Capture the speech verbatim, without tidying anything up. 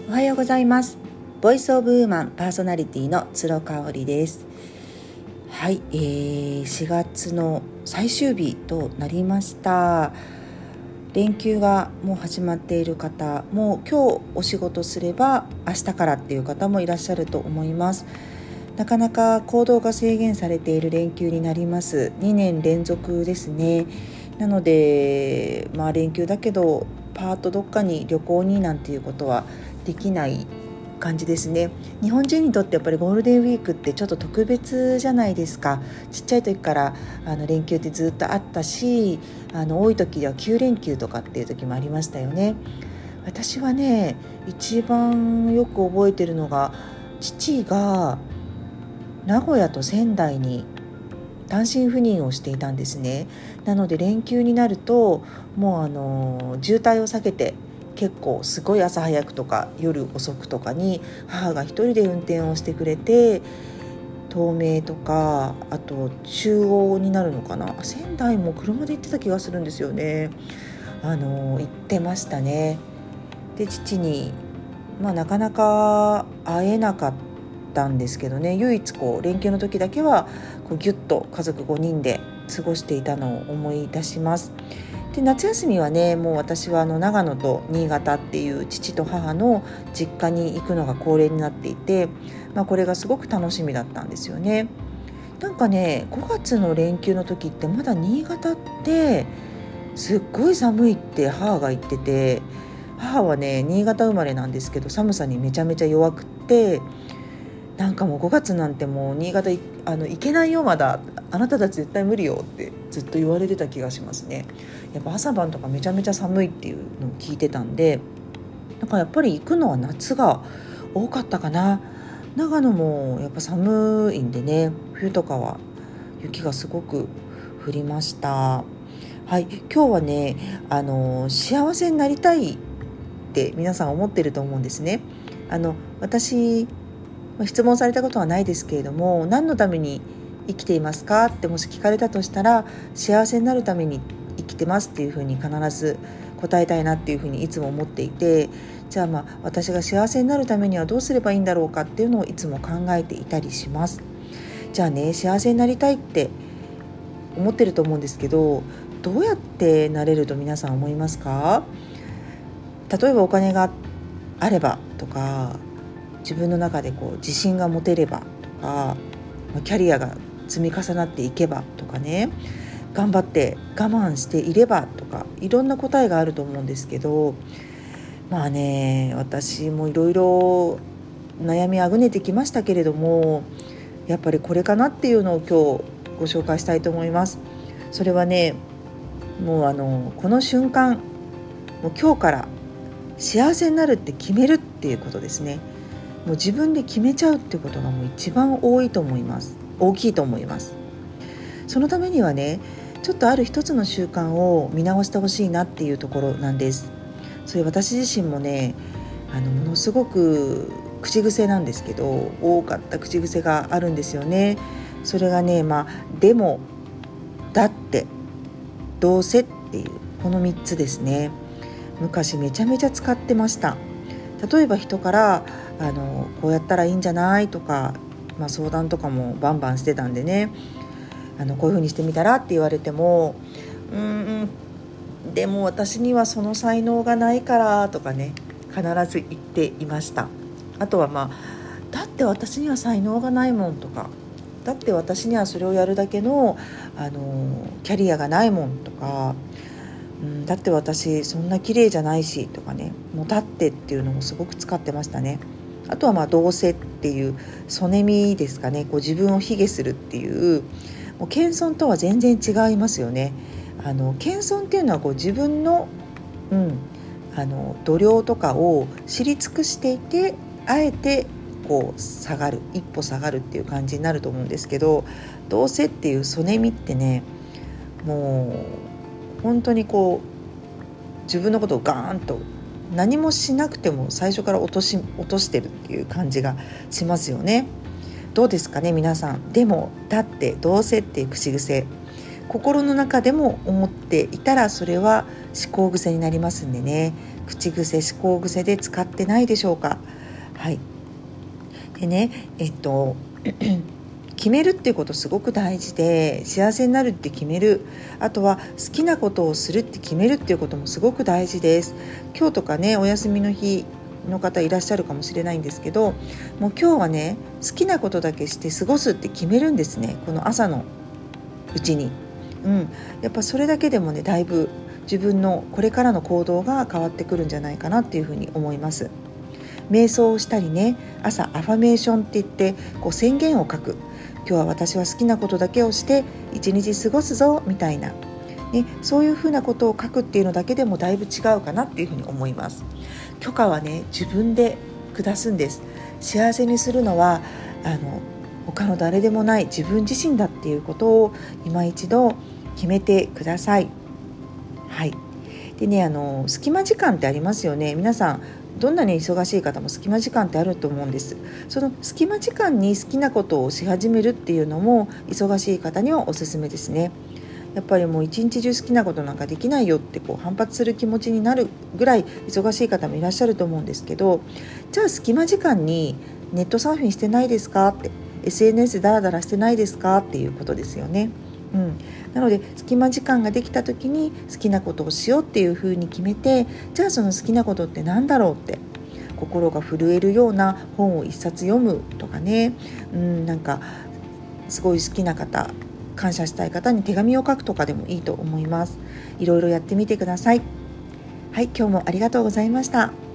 おはようございます。ボイスオブウーマンパーソナリティの鶴香織です。はい、えー、しがつの最終日となりました。連休がもう始まっている方、もう今日お仕事すれば明日からっていう方もいらっしゃると思います。なかなか行動が制限されている連休になります。にねん連続ですね。なので、まあ連休だけどパーッとどっかに旅行になんていうことはできない感じですね。日本人にとってやっぱりゴールデンウィークってちょっと特別じゃないですか。ちっちゃい時からあの連休ってずっとあったし、あの多い時ではきゅう連休とかっていう時もありましたよね。私はね、一番よく覚えてるのが、父が名古屋と仙台に単身赴任をしていたんですね。なので連休になるともうあの渋滞を避けて、結構すごい朝早くとか夜遅くとかに母が一人で運転をしてくれて、東名とかあと中央になるのかな、仙台も車で行ってた気がするんですよね。あの行ってましたね。で父に、まあ、なかなか会えなかったんですけどね、唯一こう連休の時だけはこうギュッと家族ごにんで過ごしていたのを思い出します。で夏休みはね、もう私はあの長野と新潟っていう父と母の実家に行くのが恒例になっていて、まあ、これがすごく楽しみだったんですよね。なんかね、ごがつの連休の時ってまだ新潟ってすっごい寒いって母が言ってて、母はね新潟生まれなんですけど、寒さにめちゃめちゃ弱くって、なんかもうごがつなんてもう新潟あの行けないよ、まだあなたたち絶対無理よってずっと言われてた気がしますね。やっぱ朝晩とかめちゃめちゃ寒いっていうのを聞いてたんで、なんかやっぱり行くのは夏が多かったかな。長野もやっぱ寒いんでね、冬とかは雪がすごく降りました。はい、今日はね、あの幸せになりたいって皆さん思ってると思うんですね。あの私質問されたことはないですけれども、何のために生きていますかってもし聞かれたとしたら、幸せになるために生きてますっていうふうに必ず答えたいなっていうふうにいつも思っていて、じゃあまあ私が幸せになるためにはどうすればいいんだろうかっていうのをいつも考えていたりします。じゃあね、幸せになりたいって思ってると思うんですけど、どうやってなれると皆さん思いますか？例えばお金があればとか、自分の中でこう自信が持てればとか、キャリアが積み重なっていけばとかね、頑張って我慢していればとか、いろんな答えがあると思うんですけど、まあね、私もいろいろ悩みあぐねてきましたけれども、やっぱりこれかなっていうのを今日ご紹介したいと思います。それはね、もうあのこの瞬間、もう今日から幸せになるって決めるっていうことですね。もう自分で決めちゃうってことがもう一番多いと思います大きいと思います。そのためにはね、ちょっとある一つの習慣を見直してほしいなっていうところなんです。それ私自身もね、あのものすごく口癖なんですけど、多かった口癖があるんですよね。それがね、まあでも、だって、どうせっていうこのみっつですね。昔めちゃめちゃ使ってました。例えば人からあのこうやったらいいんじゃないとか、まあ、相談とかもバンバンしてたんでね、あのこういう風にしてみたらって言われても、うーんでも私にはその才能がないからとかね、必ず言っていました。あとはまあだって私には才能がないもんとか、だって私にはそれをやるだけの、あのキャリアがないもんとか、うん、だって私そんな綺麗じゃないしとかね、もうだってっていうのもすごく使ってましたね。あとはまあどうせっていうそねみですかね。こう自分を卑下するっていう、もう謙遜とは全然違いますよね。あの謙遜っていうのはこう自分の、うん、あの度量とかを知り尽くしていて、あえてこう下がる、一歩下がるっていう感じになると思うんですけど、どうせっていうそねみってね、もう本当にこう自分のことをガーンと何もしなくても最初から落とし、落としてるっていう感じがしますよね。どうですかね皆さん。でもだってどうせっていう口癖、 心の中でも思っていたらそれは思考癖になりますんでね、口癖思考癖で使ってないでしょうか。はい。でねえっと決めるっていうことすごく大事で、幸せになるって決める、あとは好きなことをするって決めるっていうこともすごく大事です。今日とかねお休みの日の方いらっしゃるかもしれないんですけど、もう今日はね好きなことだけして過ごすって決めるんですね、この朝のうちに。うん、やっぱそれだけでもねだいぶ自分のこれからの行動が変わってくるんじゃないかなっていうふうに思います。瞑想をしたりね、朝アファメーションって言ってこう宣言を書く、今日は私は好きなことだけをして一日過ごすぞみたいな、ね、そういうふうなことを書くっていうのだけでもだいぶ違うかなっていうふうに思います。許可はね自分で下すんです。幸せにするのはあの他の誰でもない自分自身だっていうことを今一度決めてください。はい。でね、あの隙間時間ってありますよね。皆さんどんなに忙しい方も隙間時間ってあると思うんです。その隙間時間に好きなことをし始めるっていうのも忙しい方にはおすすめですね。やっぱりもう一日中好きなことなんかできないよってこう反発する気持ちになるぐらい忙しい方もいらっしゃると思うんですけど、じゃあ隙間時間にネットサーフィンしてないですかって、 エスエヌエス でダラダラしてないですかっていうことですよね。うん、なので隙間時間ができた時に好きなことをしようっていうふうに決めて、じゃあその好きなことって何だろうって、心が震えるような本を一冊読むとかね、うん、なんかすごい好きな方、感謝したい方に手紙を書くとかでもいいと思います。いろいろやってみてください。はい、今日もありがとうございました。